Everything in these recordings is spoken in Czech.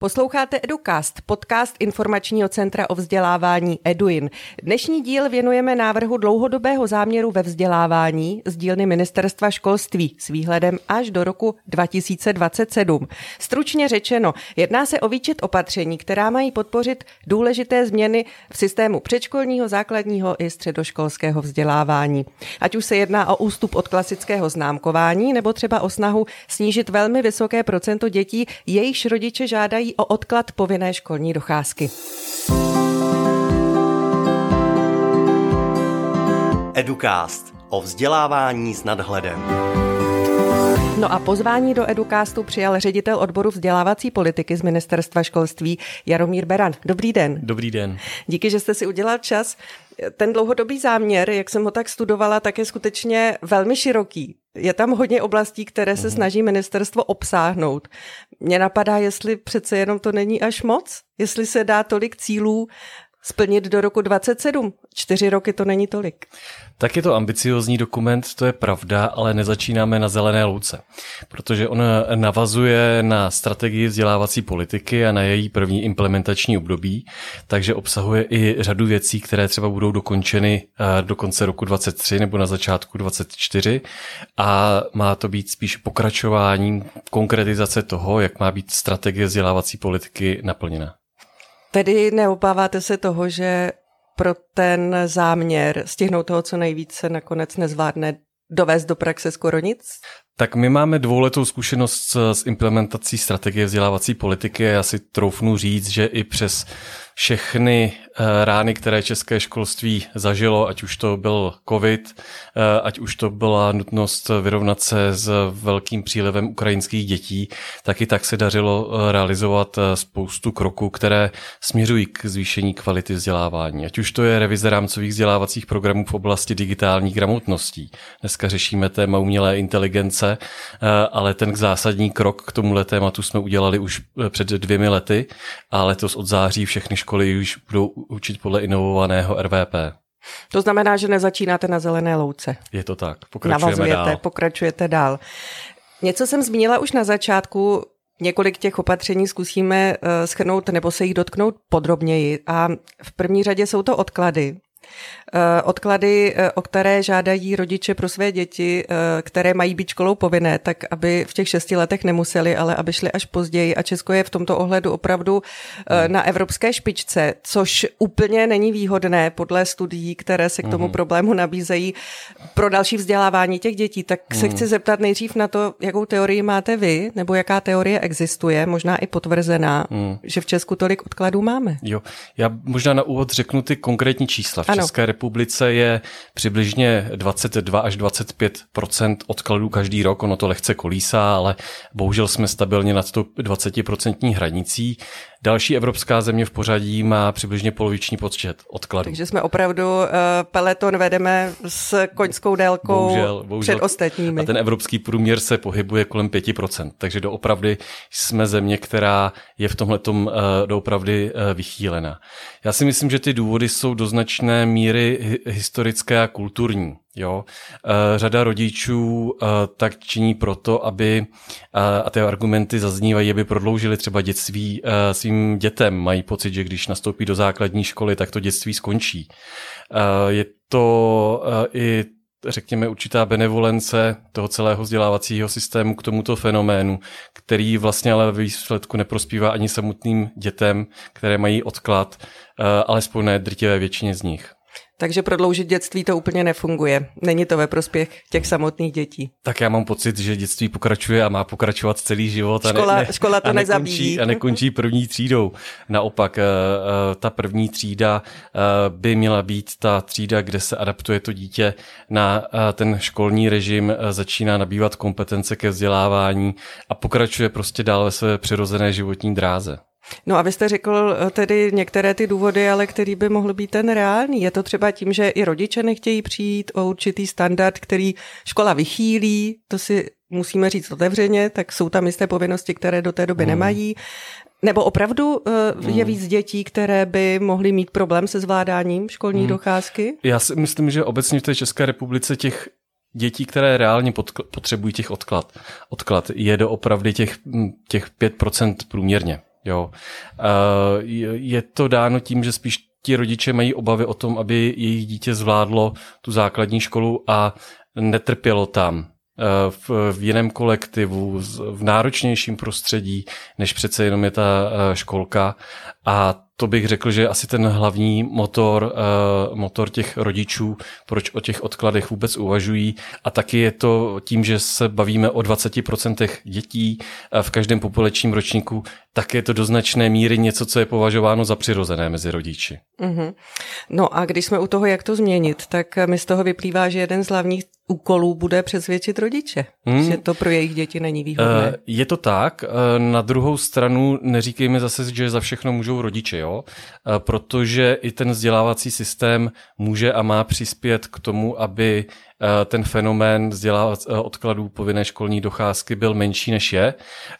Posloucháte Educast, podcast informačního centra o vzdělávání Eduin. Dnešní díl věnujeme návrhu dlouhodobého záměru ve vzdělávání z dílny Ministerstva školství s výhledem až do roku 2027. Stručně řečeno, jedná se o výčet opatření, která mají podpořit důležité změny v systému předškolního, základního i středoškolského vzdělávání. Ať už se jedná o ústup od klasického známkování nebo třeba o snahu snížit velmi vysoké procento dětí, jejichž rodiče žádají o odklad povinné školní docházky. Educast o vzdělávání s nadhledem. No a pozvání do Educastu přijal ředitel odboru vzdělávací politiky z Ministerstva školství Jaromír Beran. Dobrý den. Dobrý den. Díky, že jste si udělal čas. Ten dlouhodobý záměr, jak jsem ho tak studovala, tak je skutečně velmi široký. Je tam hodně oblastí, které se snaží ministerstvo obsáhnout. Mně napadá, jestli přece jenom to není až moc, jestli se dá tolik cílů splnit do roku 2027. 4 roky to není tolik. Tak je to ambiciózní dokument, to je pravda, ale nezačínáme na zelené louce, protože on navazuje na strategii vzdělávací politiky a na její první implementační období, takže obsahuje i řadu věcí, které třeba budou dokončeny do konce roku 2023 nebo na začátku 2024 a má to být spíš pokračováním konkretizace toho, jak má být strategie vzdělávací politiky naplněna. Tedy neobáváte se toho, že pro ten záměr stihnout toho co nejvíce nakonec nezvládne dovést do praxe skoro nic? Tak my máme 2letou zkušenost s implementací strategie vzdělávací politiky a já si troufnu říct, že i přes všechny rány, které české školství zažilo, ať už to byl covid, ať už to byla nutnost vyrovnat se s velkým přílivem ukrajinských dětí, tak i tak se dařilo realizovat spoustu kroků, které směřují k zvýšení kvality vzdělávání. Ať už to je revize rámcových vzdělávacích programů v oblasti digitálních gramotností. Dneska řešíme téma umělé inteligence, ale ten zásadní krok k tomuhle tématu jsme udělali už před 2 lety a letos od září všechny školy už budou učit podle inovovaného RVP. To znamená, že nezačínáte na zelené louce. Je to tak, pokračujete dál. Něco jsem zmínila už na začátku, několik těch opatření zkusíme shrnout nebo se jich dotknout podrobněji a v první řadě jsou to odklady. Odklady, o které žádají rodiče pro své děti, které mají být školou povinné, tak aby v těch 6 letech nemuseli, ale aby šli až později. A Česko je v tomto ohledu opravdu na evropské špičce, což úplně není výhodné podle studií, které se k tomu problému nabízejí pro další vzdělávání těch dětí. Tak se chci zeptat nejdřív na to, jakou teorii máte vy, nebo jaká teorie existuje, možná i potvrzená, že v Česku tolik odkladů máme. Jo, já možná na úvod řeknu ty konkrétní čísla. V České republice je přibližně 22 až 25% odkladů každý rok. Ono to lehce kolísá, ale bohužel jsme stabilně nad tou 20% hranicí. Další evropská země v pořadí má přibližně poloviční počet odkladů. Takže jsme opravdu peleton vedeme s koňskou délkou bohužel před ostatními. A ten evropský průměr se pohybuje kolem 5%. Takže doopravdy jsme země, která je v tomhletom doopravdy vychýlená. Já si myslím, že ty důvody jsou do značné míry historické a kulturní. Jo, řada rodičů tak činí proto, aby, a ty argumenty zaznívají, aby prodloužili třeba dětství svým dětem. Mají pocit, že když nastoupí do základní školy, tak to dětství skončí. Je to i řekněme určitá benevolence toho celého vzdělávacího systému k tomuto fenoménu, který vlastně ale ve výsledku neprospívá ani samotným dětem, které mají odklad, alespoň ne drtivé většině z nich. Takže prodloužit dětství to úplně nefunguje. Není to ve prospěch těch samotných dětí. Tak já mám pocit, že dětství pokračuje a má pokračovat celý život. Škola to nezabíjí. A nekončí první třídou. Naopak, ta první třída by měla být ta třída, kde se adaptuje to dítě na ten školní režim, začíná nabývat kompetence ke vzdělávání a pokračuje prostě dál ve své přirozené životní dráze. No a vy jste řekl tedy některé ty důvody, ale který by mohl být ten reálný. Je to třeba tím, že i rodiče nechtějí přijít o určitý standard, který škola vychýlí, to si musíme říct otevřeně, tak jsou tam jisté povinnosti, které do té doby nemají. Nebo opravdu je víc dětí, které by mohly mít problém se zvládáním školní docházky? Já si myslím, že obecně v té České republice těch dětí, které reálně potřebují těch odklad je doopravdy těch 5% průměrně. Jo. Je to dáno tím, že spíš ti rodiče mají obavy o tom, aby jejich dítě zvládlo tu základní školu a netrpělo tam v jiném kolektivu, v náročnějším prostředí, než přece jenom je ta školka. A to bych řekl, že je asi ten hlavní motor těch rodičů, proč o těch odkladech vůbec uvažují. A taky je to tím, že se bavíme o 20% dětí v každém populačním ročníku, tak je to do značné míry něco, co je považováno za přirozené mezi rodiči. Mm-hmm. No a když jsme u toho, jak to změnit, tak mi z toho vyplývá, že jeden z hlavních úkolů bude přesvědčit rodiče, že to pro jejich děti není výhodné. Je to tak. Na druhou stranu neříkejme zase, že za všechno můžou rodiče, jo? Protože i ten vzdělávací systém může a má přispět k tomu, aby ten fenomén odkladů povinné školní docházky byl menší, než je.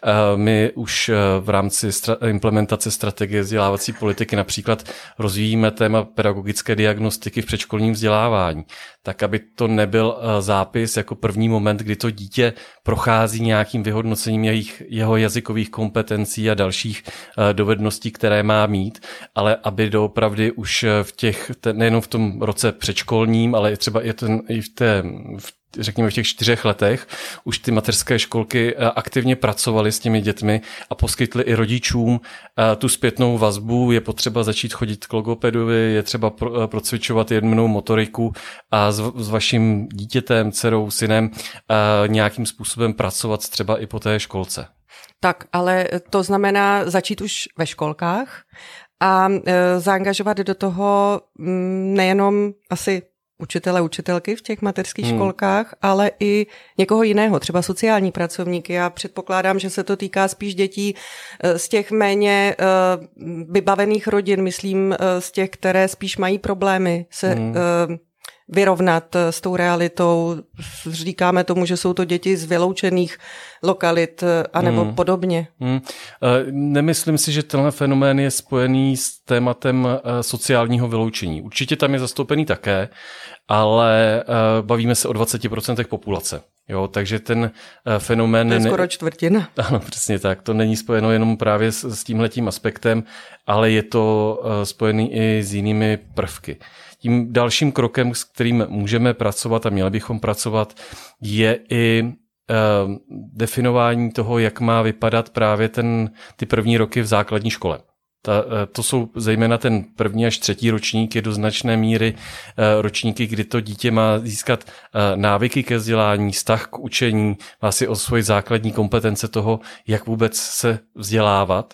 My už v rámci implementace strategie vzdělávací politiky například rozvíjíme téma pedagogické diagnostiky v předškolním vzdělávání, tak aby to nebyl zápis jako první moment, kdy to dítě prochází nějakým vyhodnocením jeho jazykových kompetencí a dalších dovedností, které má mít, ale aby doopravdy už nejenom v tom roce předškolním, ale třeba i řekněme v těch 4 letech už ty mateřské školky aktivně pracovaly s těmi dětmi a poskytly i rodičům tu zpětnou vazbu. Je potřeba začít chodit k logopedovi, je třeba procvičovat jemnou motoriku a s vaším dítětem, dcerou, synem nějakým způsobem pracovat třeba i po té školce. Tak, ale to znamená začít už ve školkách a zaangažovat do toho nejenom asi učitele, učitelky v těch mateřských školkách, ale i někoho jiného, třeba sociální pracovníky. Já předpokládám, že se to týká spíš dětí z těch méně vybavených rodin, myslím z těch, které spíš mají problémy se vyrovnat s tou realitou. Říkáme tomu, že jsou to děti z vyloučených lokalit anebo podobně. Nemyslím si, že tenhle fenomén je spojený s tématem sociálního vyloučení. Určitě tam je zastoupený také, ale bavíme se o 20% populace. Jo, takže ten fenomén... To je skoro čtvrtina. Ano, přesně tak. To není spojeno jenom právě s tímhletím aspektem, ale je to spojený i s jinými prvky. Tím dalším krokem, s kterým můžeme pracovat a měli bychom pracovat, je i definování toho, jak má vypadat právě ty první roky v základní škole. To jsou zejména ten 1. až 3. ročník, je do značné míry ročníky, kdy to dítě má získat návyky ke vzdělání, vztah k učení, má si osvojit základní kompetence toho, jak vůbec se vzdělávat.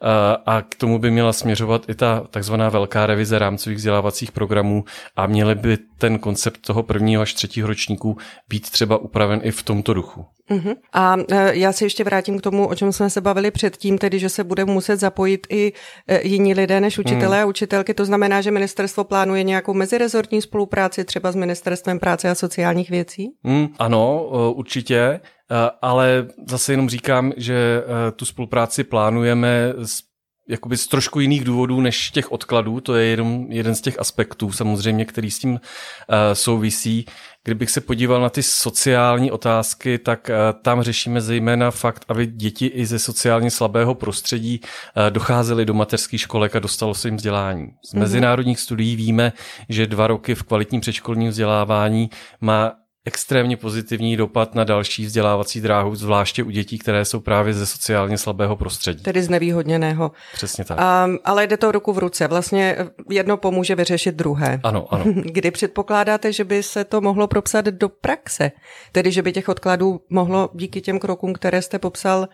A k tomu by měla směřovat i ta takzvaná velká revize rámcových vzdělávacích programů a měly by ten koncept toho 1. až 3. ročníku být třeba upraven i v tomto duchu. Uh-huh. A já se ještě vrátím k tomu, o čem jsme se bavili předtím, tedy že se bude muset zapojit i jiní lidé než učitelé a učitelky. To znamená, že ministerstvo plánuje nějakou mezirezortní spolupráci třeba s Ministerstvem práce a sociálních věcí? Ano, určitě. Ale zase jenom říkám, že tu spolupráci plánujeme jakoby z trošku jiných důvodů než těch odkladů. To je jenom jeden z těch aspektů samozřejmě, který s tím souvisí. Kdybych se podíval na ty sociální otázky, tak tam řešíme zejména fakt, aby děti i ze sociálně slabého prostředí docházely do mateřských školek a dostalo se jim vzdělání. Z mezinárodních studií víme, že 2 roky v kvalitním předškolním vzdělávání má extrémně pozitivní dopad na další vzdělávací dráhu, zvláště u dětí, které jsou právě ze sociálně slabého prostředí. Tedy znevýhodněného. Přesně tak. Ale jde to ruku v ruce. Vlastně jedno pomůže vyřešit druhé. Ano. Kdy předpokládáte, že by se to mohlo propsat do praxe? Tedy, že by těch odkladů mohlo díky těm krokům, které jste popsal,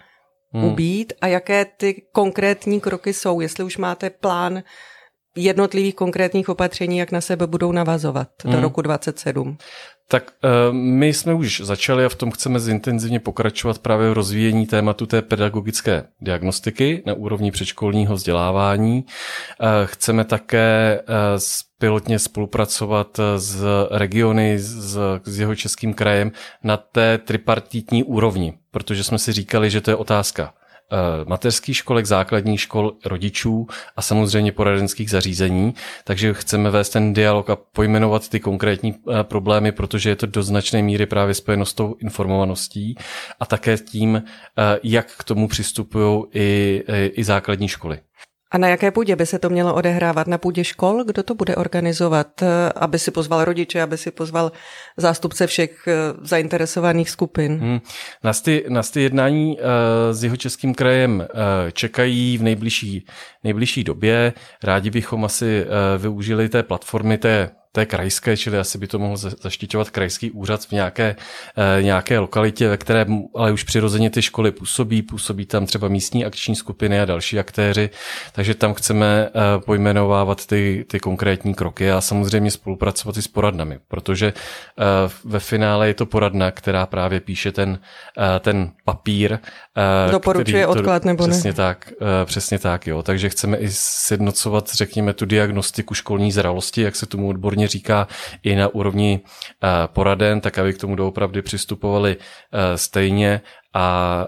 ubýt? A jaké ty konkrétní kroky jsou? Jestli už máte plán jednotlivých konkrétních opatření, jak na sebe budou navazovat do roku 2027? Tak my jsme už začali a v tom chceme zintenzivně pokračovat právě v rozvíjení tématu té pedagogické diagnostiky na úrovni předškolního vzdělávání. Chceme také pilotně spolupracovat s regiony, s Jihočeským krajem na té tripartitní úrovni, protože jsme si říkali, že to je otázka mateřských školek, základních škol, rodičů a samozřejmě poradenských zařízení. Takže chceme vést ten dialog a pojmenovat ty konkrétní problémy, protože je to do značné míry právě spojeno s tou informovaností a také tím, jak k tomu přistupují i základní školy. A na jaké půdě by se to mělo odehrávat? Na půdě škol? Kdo to bude organizovat? Aby si pozval rodiče, aby si pozval zástupce všech zainteresovaných skupin? Nás ty jednání s Jihočeským krajem čekají v nejbližší době. Rádi bychom asi využili té platformy té krajské, čili asi by to mohl zaštiťovat krajský úřad v nějaké lokalitě, ve které ale už přirozeně ty školy působí tam třeba místní akční skupiny a další aktéři, takže tam chceme pojmenovávat ty konkrétní kroky a samozřejmě spolupracovat i s poradnami, protože ve finále je to poradna, která právě píše ten papír. Doporučuje odklad nebo ne? Přesně tak, jo. Takže chceme i sjednocovat, řekněme, tu diagnostiku školní zralosti, jak se tomu odborně říká, i na úrovni poraden, tak aby k tomu doopravdy přistupovali stejně a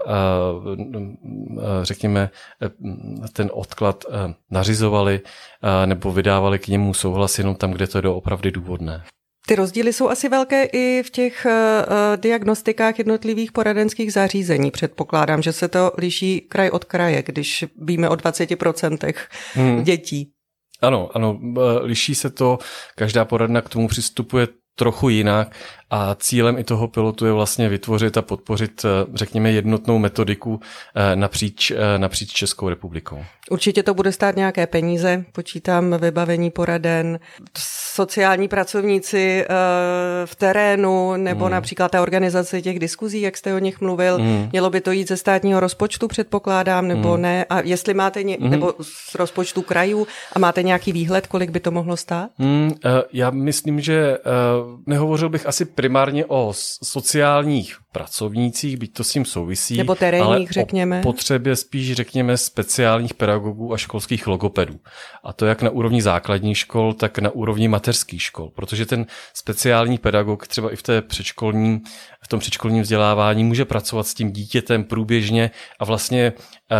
řekněme ten odklad nařizovali nebo vydávali k němu souhlas jenom tam, kde to je doopravdy důvodné. Ty rozdíly jsou asi velké i v těch diagnostikách jednotlivých poradenských zařízení. Předpokládám, že se to liší kraj od kraje, když víme o 20% dětí. Ano, liší se to, každá poradna k tomu přistupuje trochu jinak a cílem i toho pilotu je vlastně vytvořit a podpořit, řekněme, jednotnou metodiku napříč Českou republikou. Určitě to bude stát nějaké peníze, počítám vybavení poraden, sociální pracovníci v terénu nebo například ta organizace těch diskuzí, jak jste o nich mluvil. Mělo by to jít ze státního rozpočtu, předpokládám, nebo ne? A jestli máte nebo z rozpočtu krajů a máte nějaký výhled, kolik by to mohlo stát? Já myslím, že nehovořil bych asi primárně o sociálních pracovnících, byť to s tím souvisí, nebo terénních, ale řekněme. O potřebě spíš, řekněme, speciálních pedagogů a školských logopedů. A to jak na úrovni základních škol, tak na úrovni mateřských škol, protože ten speciální pedagog třeba i v tom předškolním vzdělávání může pracovat s tím dítětem průběžně a vlastně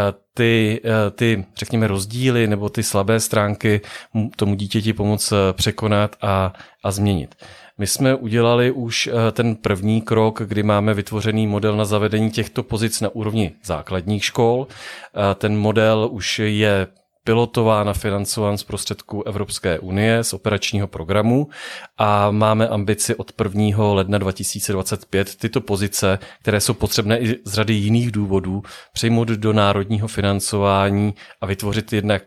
ty řekněme rozdíly nebo ty slabé stránky tomu dítěti pomoct překonat a změnit. My jsme udělali už ten první krok, kdy máme vytvořený model na zavedení těchto pozic na úrovni základních škol. Ten model už je pilotován a financován z prostředků Evropské unie, z operačního programu a máme ambici od 1. ledna 2025 tyto pozice, které jsou potřebné i z řady jiných důvodů, přejmout do národního financování a vytvořit jednak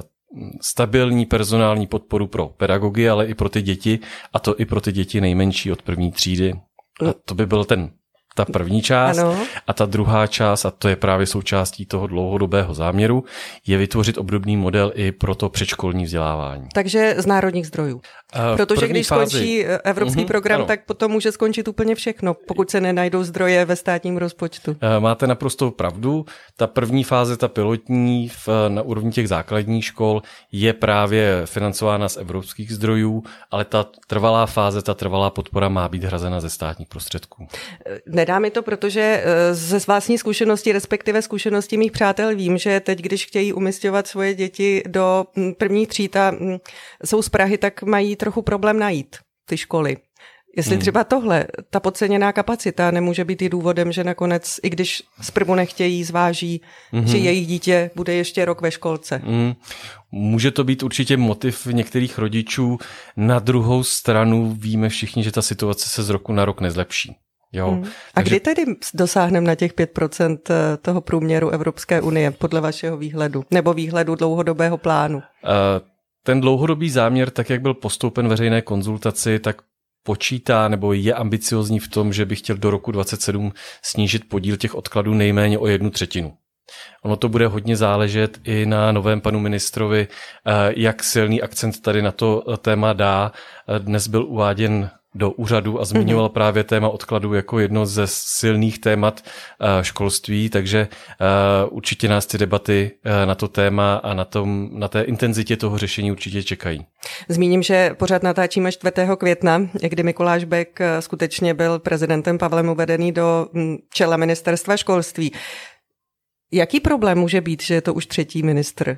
stabilní personální podporu pro pedagogy, ale i pro ty děti, a to i pro ty děti nejmenší od první třídy. A to by byl ta první část. Ano. A ta druhá část, a to je právě součástí toho dlouhodobého záměru, je vytvořit obdobný model i pro to předškolní vzdělávání. Takže z národních zdrojů. Protože když skončí evropský program, ano, tak potom může skončit úplně všechno, pokud se nenajdou zdroje ve státním rozpočtu. Máte naprostou pravdu. Ta první fáze, ta pilotní na úrovni těch základních škol je právě financována z evropských zdrojů, ale ta trvalá fáze, ta trvalá podpora má být hrazena ze státních prostředků. Nedá mi to, protože ze vlastní zkušenosti, respektive zkušenosti mých přátel vím, že teď, když chtějí umisťovat svoje děti do první tříd a jsou z Prahy, tak mají trochu problém najít ty školy. Jestli třeba tohle, ta podceněná kapacita nemůže být i důvodem, že nakonec, i když zprvu nechtějí, zváží, že jejich dítě bude ještě rok ve školce. Může to být určitě motiv některých rodičů. Na druhou stranu víme všichni, že ta situace se z roku na rok nezlepší. Jo, a kdy tedy dosáhneme na těch 5% toho průměru Evropské unie podle vašeho výhledu? Nebo výhledu dlouhodobého plánu? Ten dlouhodobý záměr, tak jak byl postoupen veřejné konzultaci, tak počítá nebo je ambiciozní v tom, že by chtěl do roku 2027 snížit podíl těch odkladů nejméně o 1/3. Ono to bude hodně záležet i na novém panu ministrovi, jak silný akcent tady na to téma dá. Dnes byl uváděn do úřadu a zmiňoval právě téma odkladu jako jedno ze silných témat školství, takže určitě nás ty debaty na to téma a na té intenzitě toho řešení určitě čekají. Zmíním, že pořád natáčíme 4. května, kdy Mikuláš Bek skutečně byl prezidentem Pavlem uvedený do čela ministerstva školství. Jaký problém může být, že je to už třetí ministr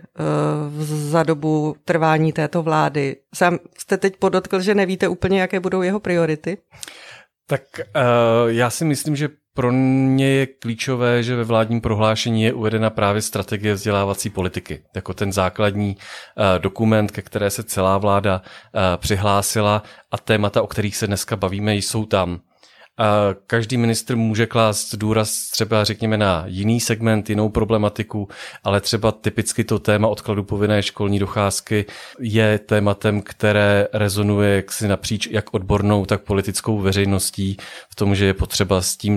za dobu trvání této vlády? Sám jste teď podotkl, že nevíte úplně, jaké budou jeho priority? Tak já si myslím, že pro mě je klíčové, že ve vládním prohlášení je uvedena právě strategie vzdělávací politiky, jako ten základní dokument, ke které se celá vláda přihlásila, a témata, o kterých se dneska bavíme, jsou tam. Každý ministr může klást důraz třeba řekněme na jiný segment, jinou problematiku, ale třeba typicky to téma odkladu povinné školní docházky je tématem, které rezonuje jaksi napříč jak odbornou, tak politickou veřejností v tom, že je potřeba s tím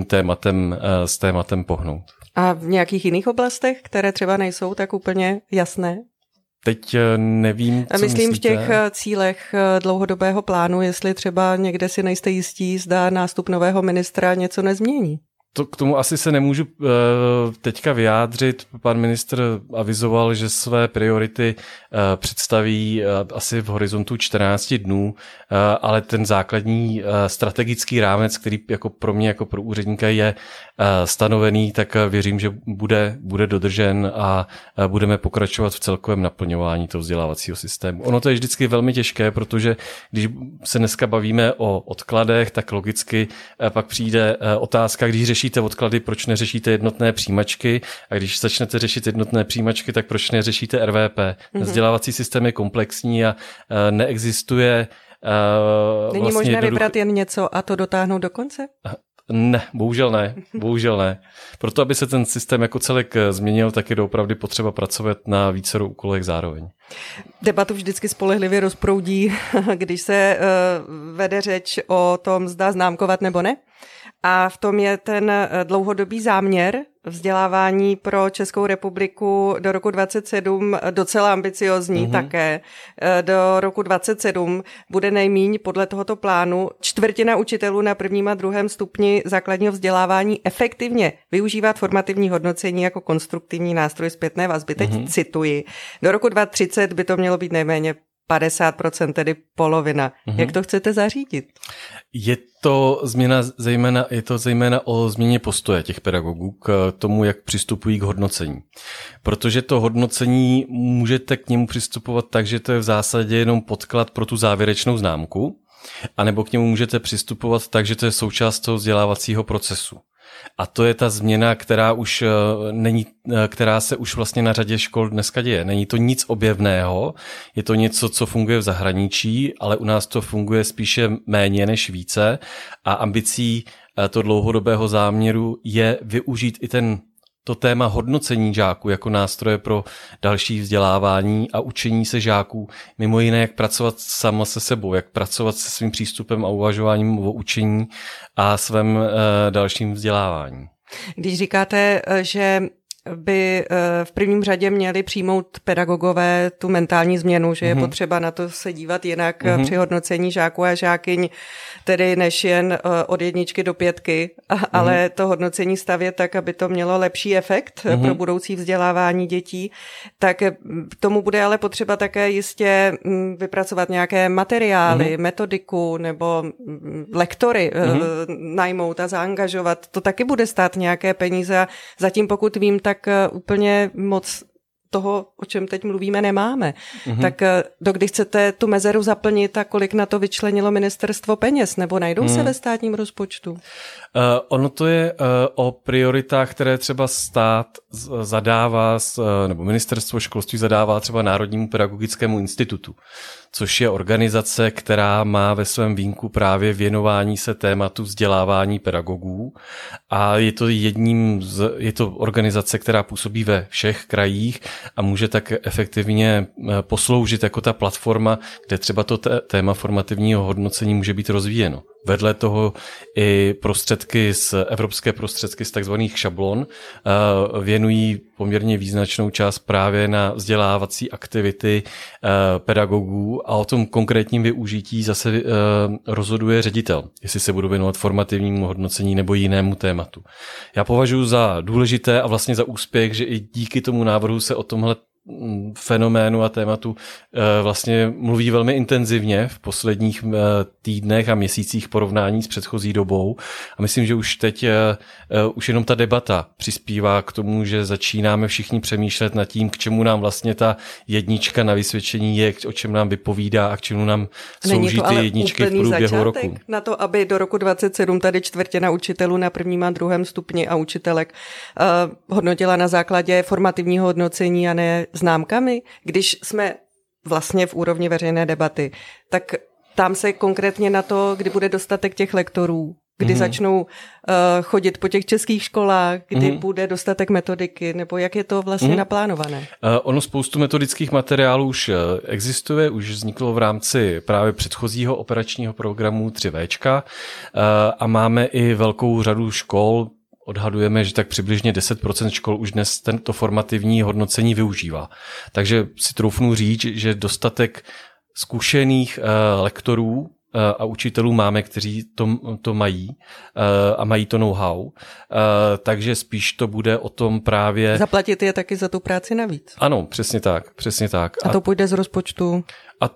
tématem pohnout. A v nějakých jiných oblastech, které třeba nejsou tak úplně jasné? Teď nevím, co myslím myslíte. V těch cílech dlouhodobého plánu, jestli třeba někde si nejste jistí, zda nástup nového ministra něco nezmění. K tomu asi se nemůžu teďka vyjádřit. Pan ministr avizoval, že své priority představí asi v horizontu 14 dnů, ale ten základní strategický rámec, který jako pro mě, jako pro úředníka je stanovený, tak věřím, že bude dodržen a budeme pokračovat v celkovém naplňování toho vzdělávacího systému. Ono to je vždycky velmi těžké, protože když se dneska bavíme o odkladech, tak logicky pak přijde otázka, když řešíte odklady, proč neřešíte jednotné přijímačky, a když začnete řešit jednotné přijímačky, tak proč neřešíte RVP. Vzdělávací systém je komplexní a neexistuje Není vlastně možné vybrat jen něco a to dotáhnout do konce? Ne, bohužel ne. Proto, aby se ten systém jako celek změnil, tak je doopravdy potřeba pracovat na vícero úkolech zároveň. Debatu vždycky spolehlivě rozproudí, když se vede řeč o tom, zda známkovat nebo ne. A v tom je ten dlouhodobý záměr vzdělávání pro Českou republiku do roku 2027 docela ambiciozní také. Do roku 2027 bude nejmíň podle tohoto plánu čtvrtina učitelů na 1. a 2. stupni základního vzdělávání efektivně využívat formativní hodnocení jako konstruktivní nástroj zpětné vazby. Teď cituji. Do roku 2030 by to mělo být nejméně 50%, tedy polovina. Jak to chcete zařídit? Je to zejména o změně postoje těch pedagogů k tomu, jak přistupují k hodnocení. Protože to hodnocení můžete k němu přistupovat tak, že to je v zásadě jenom podklad pro tu závěrečnou známku, anebo k němu můžete přistupovat tak, že to je součást toho vzdělávacího procesu. A to je ta změna, která se už vlastně na řadě škol dneska děje. Není to nic objevného, je to něco, co funguje v zahraničí, ale u nás to funguje spíše méně než více a ambicí to dlouhodobého záměru je využít i to téma hodnocení žáků jako nástroje pro další vzdělávání a učení se žáků, mimo jiné, jak pracovat sama se sebou, jak pracovat se svým přístupem a uvažováním o učení a svém dalším vzdělávání. Když říkáte, že by v prvním řadě měli přijmout pedagogové tu mentální změnu, že je potřeba na to se dívat jinak při hodnocení žáků a žákyň, tedy než jen od 1 do 5, ale to hodnocení stavět tak, aby to mělo lepší efekt pro budoucí vzdělávání dětí, tak tomu bude ale potřeba také jistě vypracovat nějaké materiály, metodiku nebo lektory najmout a zaangažovat. To taky bude stát nějaké peníze a zatím, pokud vím, tak úplně moc toho, o čem teď mluvíme, nemáme. Tak dokdy chcete tu mezeru zaplnit a kolik na to vyčlenilo ministerstvo peněz, nebo najdou se ve státním rozpočtu? Ono to je o prioritách, které třeba stát zadává, nebo ministerstvo školství zadává třeba Národnímu pedagogickému institutu, což je organizace, která má ve svém vínku právě věnování se tématu vzdělávání pedagogů a je to organizace, která působí ve všech krajích a může tak efektivně posloužit jako ta platforma, kde třeba to téma formativního hodnocení může být rozvíjeno. Vedle toho i evropské prostředky z takzvaných šablon věnují poměrně význačnou část právě na vzdělávací aktivity pedagogů a o tom konkrétním využití zase rozhoduje ředitel, jestli se budou věnovat formativnímu hodnocení nebo jinému tématu. Já považuji za důležité a vlastně za úspěch, že i díky tomu návrhu se o tomhle fenoménu a tématu vlastně mluví velmi intenzivně v posledních týdnech a měsících porovnání s předchozí dobou. A myslím, že už teď už jenom ta debata přispívá k tomu, že začínáme všichni přemýšlet nad tím, k čemu nám vlastně ta jednička na vysvědčení je, o čem nám vypovídá a k čemu nám slouží ty jedničky v průběhu roku. Na to, aby do roku 2027 tady čtvrtina učitelů na 1. a 2. stupni a učitelek hodnotila na základě formativního hodnocení a ne známkami, když jsme vlastně v úrovni veřejné debaty, tak tam se konkrétně na to, kdy bude dostatek těch lektorů, kdy začnou chodit po těch českých školách, kdy bude dostatek metodiky, nebo jak je to vlastně naplánované? Ono spoustu metodických materiálů už existuje, už vzniklo v rámci právě předchozího operačního programu 3Včka a máme i velkou řadu škol. Odhadujeme, že tak přibližně 10% škol už dnes tento formativní hodnocení využívá. Takže si troufnu říct, že dostatek zkušených lektorů a učitelů máme, kteří to mají a mají to know-how. Takže spíš to bude o tom právě... Zaplatit je taky za tu práci navíc. Ano, přesně tak. A to půjde z rozpočtu? A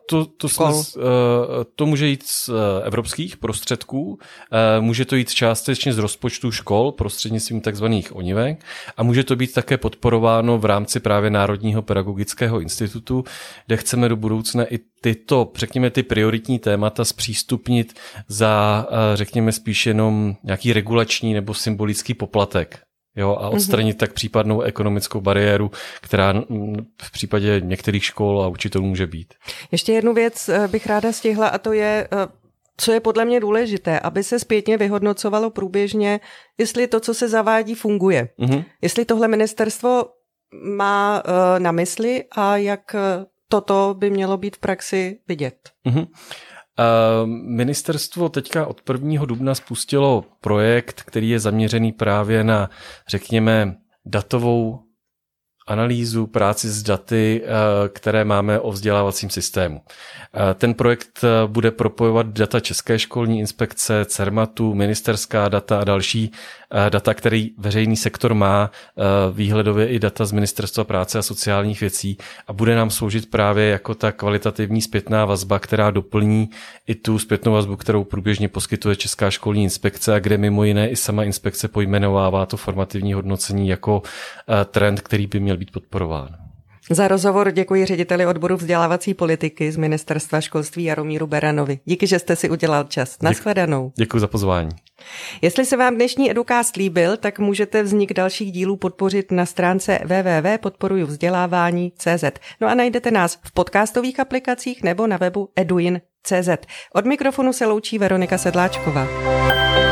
to může jít z evropských prostředků, může to jít částečně z rozpočtu škol prostřednictvím takzvaných ONIVek a může to být také podporováno v rámci právě Národního pedagogického institutu, kde chceme do budoucna i řekněme, ty prioritní témata zpřístupnit za, řekněme, spíš jenom nějaký regulační nebo symbolický poplatek. Jo, a odstranit tak případnou ekonomickou bariéru, která v případě některých škol a učitelů může být. Ještě jednu věc bych ráda stihla a to je, co je podle mě důležité, aby se zpětně vyhodnocovalo průběžně, jestli to, co se zavádí, funguje. Jestli tohle ministerstvo má na mysli a jak toto by mělo být v praxi vidět. Ministerstvo teďka od 1. dubna spustilo projekt, který je zaměřený právě na, řekněme, datovou analýzu, práci s daty, které máme o vzdělávacím systému. Ten projekt bude propojovat data České školní inspekce, CERMATu, ministerská data a další data, který veřejný sektor má, výhledově i data z Ministerstva práce a sociálních věcí a bude nám sloužit právě jako ta kvalitativní zpětná vazba, která doplní i tu zpětnou vazbu, kterou průběžně poskytuje Česká školní inspekce a kde mimo jiné i sama inspekce pojmenovává to formativní hodnocení jako trend, který by měl být podporován. Za rozhovor děkuji řediteli odboru vzdělávací politiky z Ministerstva školství Jaromíru Beranovi. Díky, že jste si udělal čas. Nashledanou. Děkuji za pozvání. Jestli se vám dnešní Educast líbil, tak můžete vznik dalších dílů podpořit na stránce www.podporujuvzdělávání.cz. No a najdete nás v podcastových aplikacích nebo na webu eduin.cz. Od mikrofonu se loučí Veronika Sedláčková.